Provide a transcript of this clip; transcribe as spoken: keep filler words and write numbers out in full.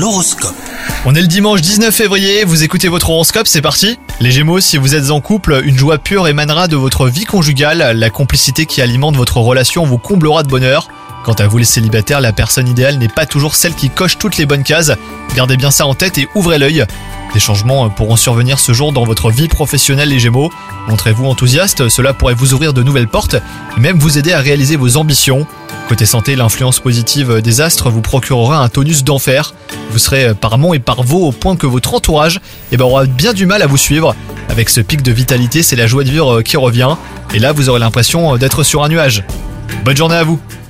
L'horoscope. On est le dimanche dix-neuf février, vous écoutez votre horoscope, c'est parti. Les Gémeaux, si vous êtes en couple, une joie pure émanera de votre vie conjugale. La complicité qui alimente votre relation vous comblera de bonheur. Quant à vous les célibataires, la personne idéale n'est pas toujours celle qui coche toutes les bonnes cases. Gardez bien ça en tête et ouvrez l'œil. Des changements pourront survenir ce jour dans votre vie professionnelle les Gémeaux. Montrez-vous enthousiaste, cela pourrait vous ouvrir de nouvelles portes et même vous aider à réaliser vos ambitions. Côté santé, l'influence positive des astres vous procurera un tonus d'enfer. Vous serez par Mont et par Vaux au point que votre entourage eh ben, aura bien du mal à vous suivre. Avec ce pic de vitalité, c'est la joie de vivre qui revient. Et là, vous aurez l'impression d'être sur un nuage. Bonne journée à vous!